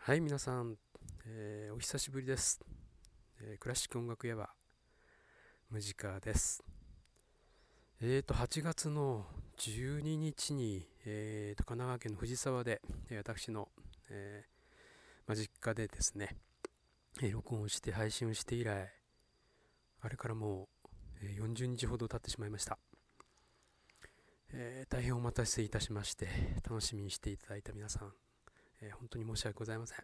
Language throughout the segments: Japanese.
はい、皆さん、お久しぶりです。クラシック音楽屋はムジカです。8月の12日に、神奈川県の藤沢で、私の、実家でですね、録音をして配信をして以来、あれからもう、40日ほど経ってしまいました。大変お待たせいたしまして、楽しみにしていただいた皆さん、本当に申し訳ございません。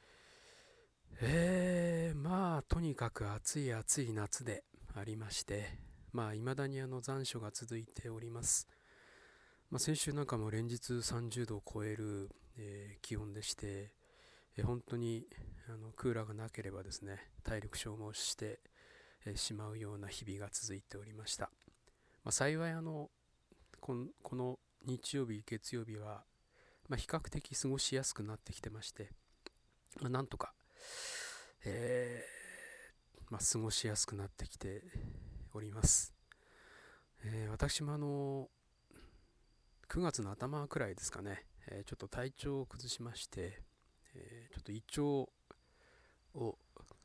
とにかく暑い暑い夏でありまして、未だに残暑が続いております。先週なんかも連日30度を超える、気温でして、本当にクーラーがなければですね、体力消耗して、しまうような日々が続いておりました。幸いこの日曜日、月曜日は、比較的過ごしやすくなってきてまして、なんとか、え過ごしやすくなってきております。私も9月の頭くらいですかね、ちょっと体調を崩しまして、ちょっと胃腸を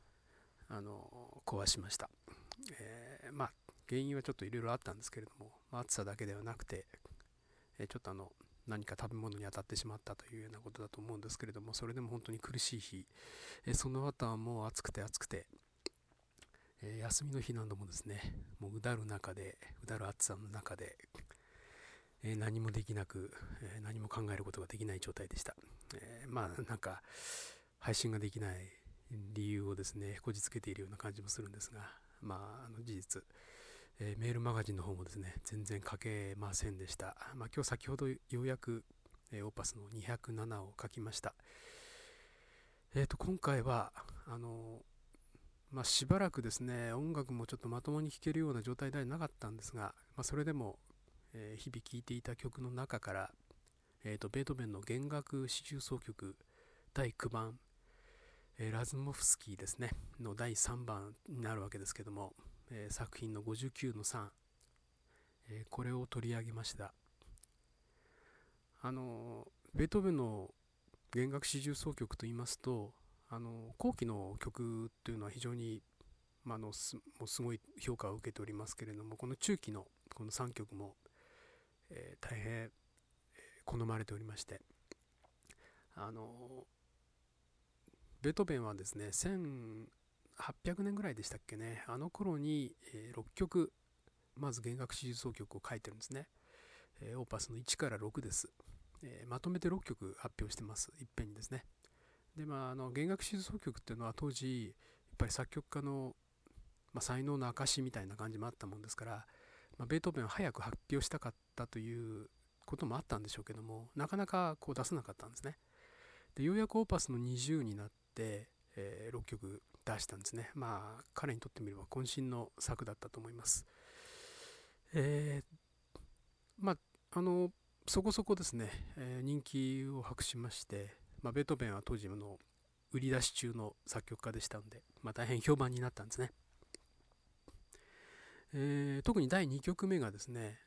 壊しました。原因はちょっといろいろあったんですけれども、暑さだけではなくて、ちょっと何か食べ物に当たってしまったというようなことだと思うんですけれども、それでも本当に苦しい日、その後はもう暑くて暑くて、休みの日などもですね、もううだる暑さの中で、何もできなく、何も考えることができない状態でした。なんか配信ができない理由をですねこじつけているような感じもするんですが、事実、メールマガジンの方もですね全然書けませんでした。今日先ほどようやく、オーパスの207を書きました。今回はしばらくですね音楽もちょっとまともに聴けるような状態ではなかったんですが、それでも、日々聴いていた曲の中から、ベートーベンの弦楽四重奏曲第9番、ラズモフスキーですねの第3番になるわけですけども、作品の59の3、これを取り上げました。ベートーベンの弦楽四重奏曲といいますと、後期の曲というのは非常に、もうすごい評価を受けておりますけれども、この中期のこの3曲も、大変好まれておりまして、ベートーベンはですね1800年ぐらいでしたっけね、あの頃に、6曲まず弦楽四重奏曲を書いてるんですね。オーパスの1から6です。まとめて6曲発表してます、いっぺんにですね。で弦楽四重奏曲っていうのは当時やっぱり作曲家の、才能の証みたいな感じもあったもんですから、ベートーベンは早く発表したかったということもあったんでしょうけども、なかなかこう出せなかったんですね。でようやくオーパスの20になって、6曲出したんですね。彼にとってみれば渾身の作だったと思います。えーまああのそこそこですね、人気を博しまして、ベートーベンは当時の売り出し中の作曲家でしたので、大変評判になったんですね。特に第2曲目がですね、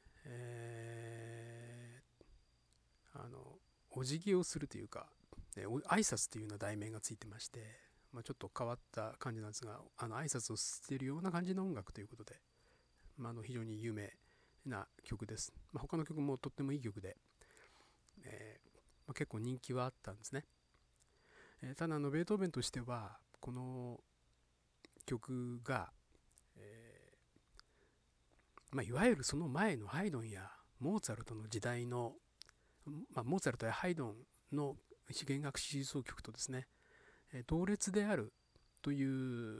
お辞儀をするというか、挨拶というような題名がついてまして、ちょっと変わった感じなんですが、挨拶をしているような感じの音楽ということで、非常に有名な曲です。他の曲もとってもいい曲で、結構人気はあったんですね。ただベートーベンとしてはこの曲が、いわゆるその前のハイドンやモーツァルトの時代の、モーツァルトやハイドンの弦楽四重奏曲とですね、同列であるという、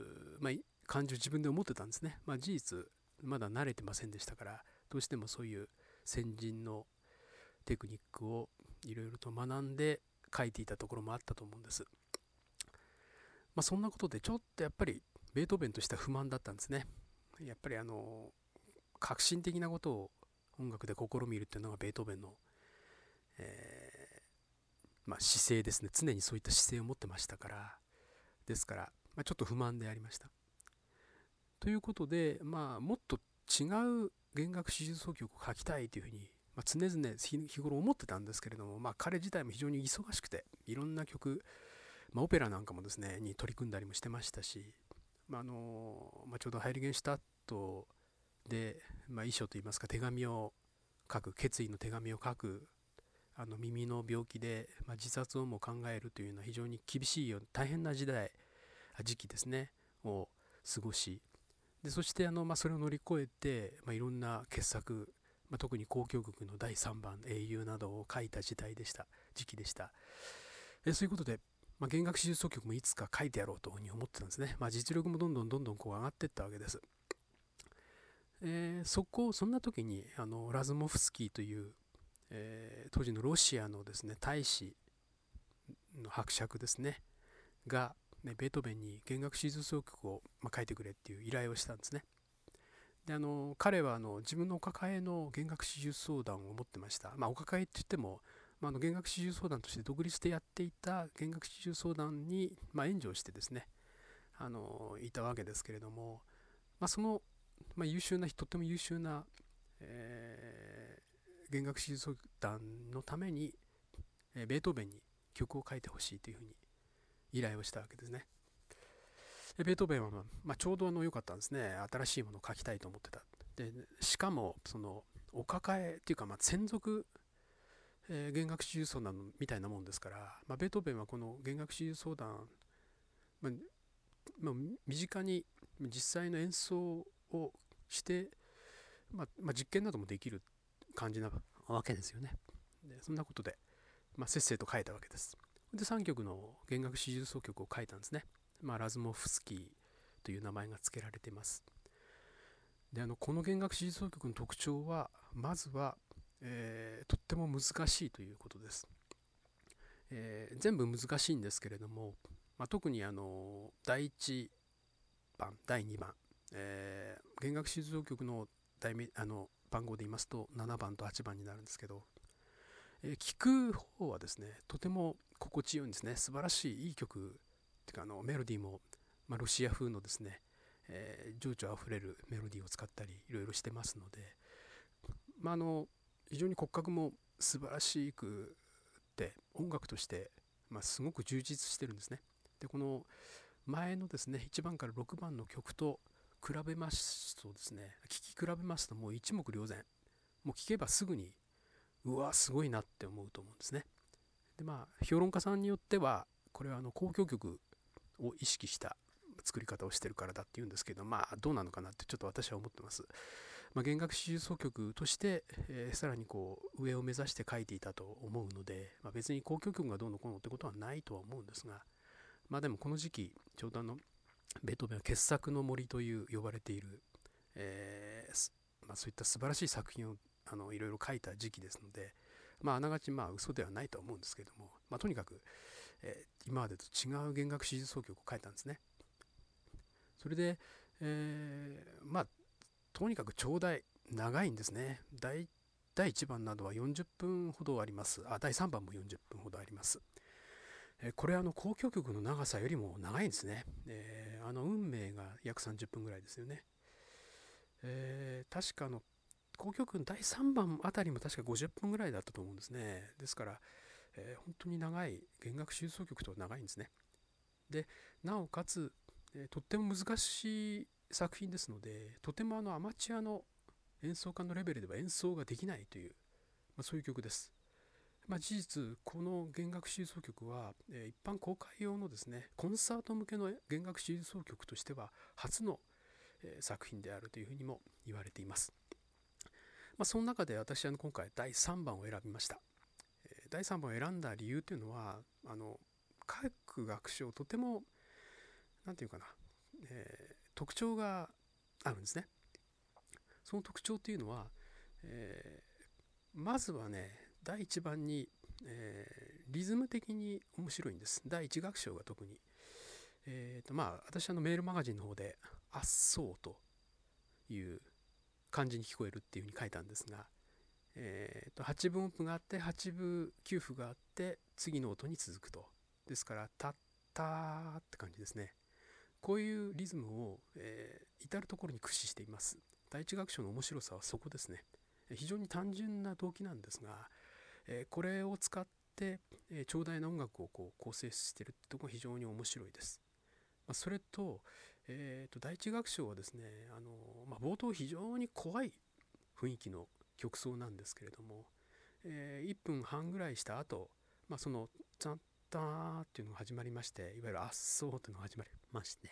感じを自分で思ってたんですね。事実まだ慣れてませんでしたから、どうしてもそういう先人のテクニックをいろいろと学んで書いていたところもあったと思うんです。そんなことでちょっとやっぱりベートーベンとしては不満だったんですね。やっぱり革新的なことを音楽で試みるっていうのがベートーベンの、姿勢ですね。常にそういった姿勢を持ってましたから、ですから、ちょっと不満でありました。ということで、もっと違う弦楽四重奏曲を書きたいというふうに、常々日頃思ってたんですけれども、彼自体も非常に忙しくていろんな曲、 オペラなんかもですねに取り組んだりもしてましたし、ちょうどハイリゲンシュタットで、遺書といいますか手紙を書く、決意の手紙を書く、耳の病気で、自殺をも考えるというような非常に厳しいよ大変な時期ですねを過ごし、でそしてそれを乗り越えて、いろんな傑作、特に交響曲の第3番英雄などを書いた時期でした。そういうことで、弦楽四重奏曲もいつか書いてやろうというふうに思ってたんですね。実力もどんどんこう上がっていったわけです。そんな時にラズモフスキーという、当時のロシアのですね大使の伯爵ですねが、ベートーベンに弦楽四重奏曲を、書いてくれっていう依頼をしたんですね。で彼は自分のお抱えの弦楽四重奏団を持ってました。お抱えって言っても、弦楽四重奏団として独立してやっていた弦楽四重奏団に、援助をしてですねいたわけですけれども、その、とっても優秀な、弦楽四重奏団のために、ベートーベンに曲を書いてほしいというふうに依頼をしたわけですね。ベートーベンは、ちょうど良かったんですね。新しいものを書きたいと思ってた。でしかもそのお抱えっていうか、専属、弦楽四重奏団みたいなもんですから、ベートーベンはこの弦楽四重奏団、身近に実際の演奏をして、実験などもできる感じなわけですよね。でそんなことで、せっせと書いたわけです。で3曲の弦楽四重奏曲を書いたんですね。ラズモフスキーという名前が付けられています。でこの弦楽四重奏曲の特徴はまずは、とっても難しいということです。全部難しいんですけれども、特に第1番第2番、弦楽四重奏曲の番号で言いますと7番と8番になるんですけど、聴く方はですねとても心地よいんですね。素晴らしいいい曲っていうかメロディーも、ロシア風のですね、情緒あふれるメロディーを使ったりいろいろしてますので、非常に骨格も素晴らしくて音楽として、すごく充実してるんですね。でこの前のですね1番から6番の曲と比べますとですね、聴き比べますともう一目瞭然、もう聴けばすぐにうわすごいなって思うと思うんですね。で評論家さんによってはこれは交響曲を意識した作り方をしてるからだっていうんですけど、どうなのかなってちょっと私は思ってます。弦楽四重奏曲として、さらにこう上を目指して書いていたと思うので、別に交響曲がどうのこうのってことはないとは思うんですが、でもこの時期ちょうどベートーベンは傑作の森という呼ばれている、そういった素晴らしい作品をいろいろ書いた時期ですので、あながち嘘ではないと思うんですけども、とにかく、今までと違う弦楽四重奏曲を書いたんですね。それで、とにかく長いんですね。第1番などは40分ほどあります。第3番も40分ほどあります。これ交響曲の長さよりも長いんですね。運命が約30分ぐらいですよね。確か交響曲の第3番あたりも確か50分ぐらいだったと思うんですね。ですから、本当に長い弦楽四重奏曲と長いんですね。でなおかつ、とっても難しい作品ですので、とてもアマチュアの演奏家のレベルでは演奏ができないという、そういう曲です。事実この弦楽四重奏曲は、一般公開用のですねコンサート向けの弦楽四重奏曲としては初の、作品であるというふうにも言われています。その中で私は今回第3番を選びました。第3番を選んだ理由というのは各楽章とても何て言うかな、特徴があるんですね。その特徴というのは、まずはね第1番に、リズム的に面白いんです。第1楽章が特に、私メールマガジンの方で「あっそう」という感じに聞こえるっていうふうに書いたんですが、8分音符があって8分9符があって次の音に続くと。ですからタッターって感じですね。こういうリズムを、至る所に駆使しています。第一楽章の面白さはそこですね。非常に単純な動機なんですが、これを使って、 て、長大な音楽を構成しているところが非常に面白いです。それと、第一楽章はですね、冒頭非常に怖い雰囲気の曲奏なんですけれども、1分半ぐらいした後、そのチャンターっていうのが始まりまして、いわゆる圧奏というのが始まりまして、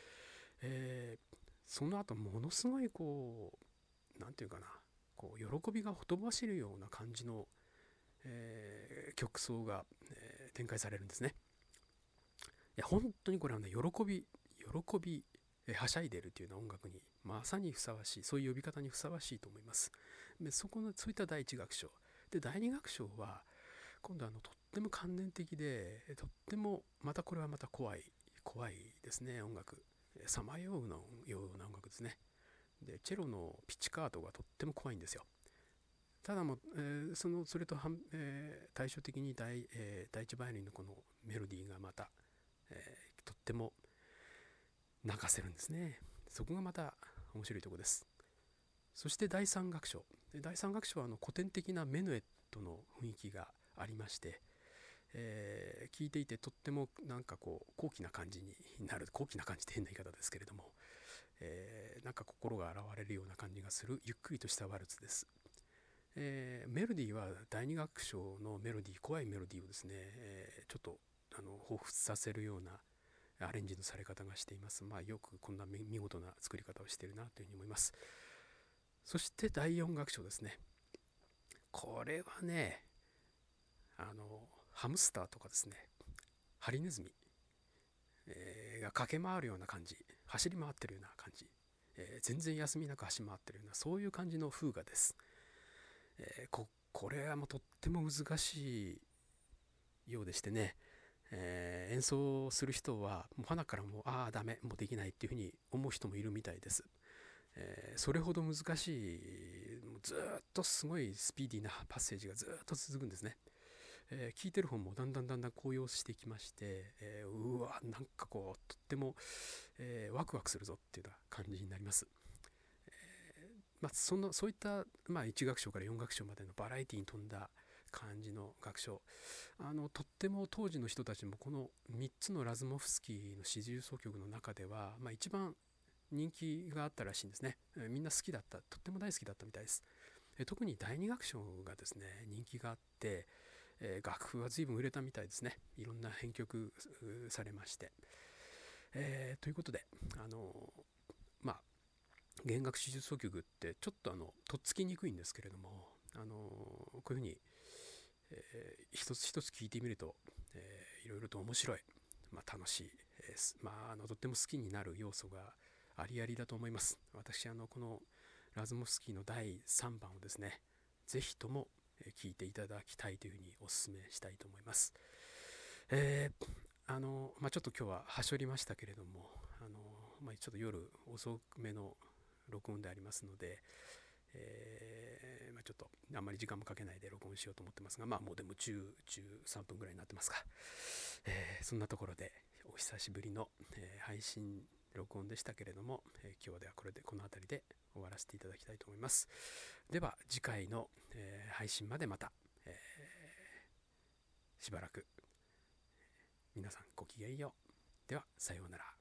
その後ものすごいなんていうかな、喜びがほとばしるような感じの、曲奏が、展開されるんですね。いや本当にこれはね、喜びはしゃいでるというような音楽にまさにふさわしい、そういう呼び方にふさわしいと思います。でそういった第一楽章で、第二楽章は今度とっても観念的で、とってもこれはまた怖いですね。音楽さまようような音楽ですね。でチェロのピッチカートがとっても怖いんですよ。ただそれと対照的に第一バイオリンのこのメロディーがまた、とっても泣かせるんですね。そこがまた面白いところです。そして第三楽章は古典的なメヌエットの雰囲気がありまして、聴いていてとっても高貴な感じになる。高貴な感じって変な言い方ですけれども、心が洗われるような感じがするゆっくりとしたワルツです。メロディーは第二楽章のメロディー、怖いメロディーをですね、ちょっと彷彿させるようなアレンジのされ方がしています。よくこんな見事な作り方をしているなというふうに思います。そして第4楽章ですね。これはね、ハムスターとかですね、ハリネズミ、が駆け回るような感じ、走り回ってるような感じ、全然休みなく走り回ってるような、そういう感じの風雅です。これはもうとっても難しいようでしてね、演奏する人はもう花からダメ、もうできないっていうふうに思う人もいるみたいです。それほど難しい、ずっとすごいスピーディーなパッセージがずっと続くんですね。聞いてる方もだんだん高揚してきまして、うわとっても、ワクワクするぞっていうような感じになります。そういった、1楽章から4楽章までのバラエティに富んだ感じの楽章、とっても当時の人たちもこの3つのラズモフスキーの四重奏曲の中では、一番人気があったらしいんですね。みんな好きだった、とっても大好きだったみたいです。特に第2楽章がですね、人気があって、楽譜は随分売れたみたいですね。いろんな編曲されまして、ということで弦楽四重奏曲ってちょっととっつきにくいんですけれども、こういうふうに、一つ一つ聞いてみると、いろいろと面白い、楽しい、とっても好きになる要素がありありだと思います。私このラズモフスキーの第3番をですね、ぜひとも聴いていただきたいというふうにお勧めしたいと思います。ちょっと今日ははしょりましたけれども、ちょっと夜遅めの録音でありますので、ちょっとあんまり時間もかけないで録音しようと思ってますが、もうでも13分ぐらいになってますが、そんなところでお久しぶりの、配信録音でしたけれども、今日ではこの辺りで終わらせていただきたいと思います。では次回の、配信までまた、しばらく皆さんごきげんよう。ではさようなら。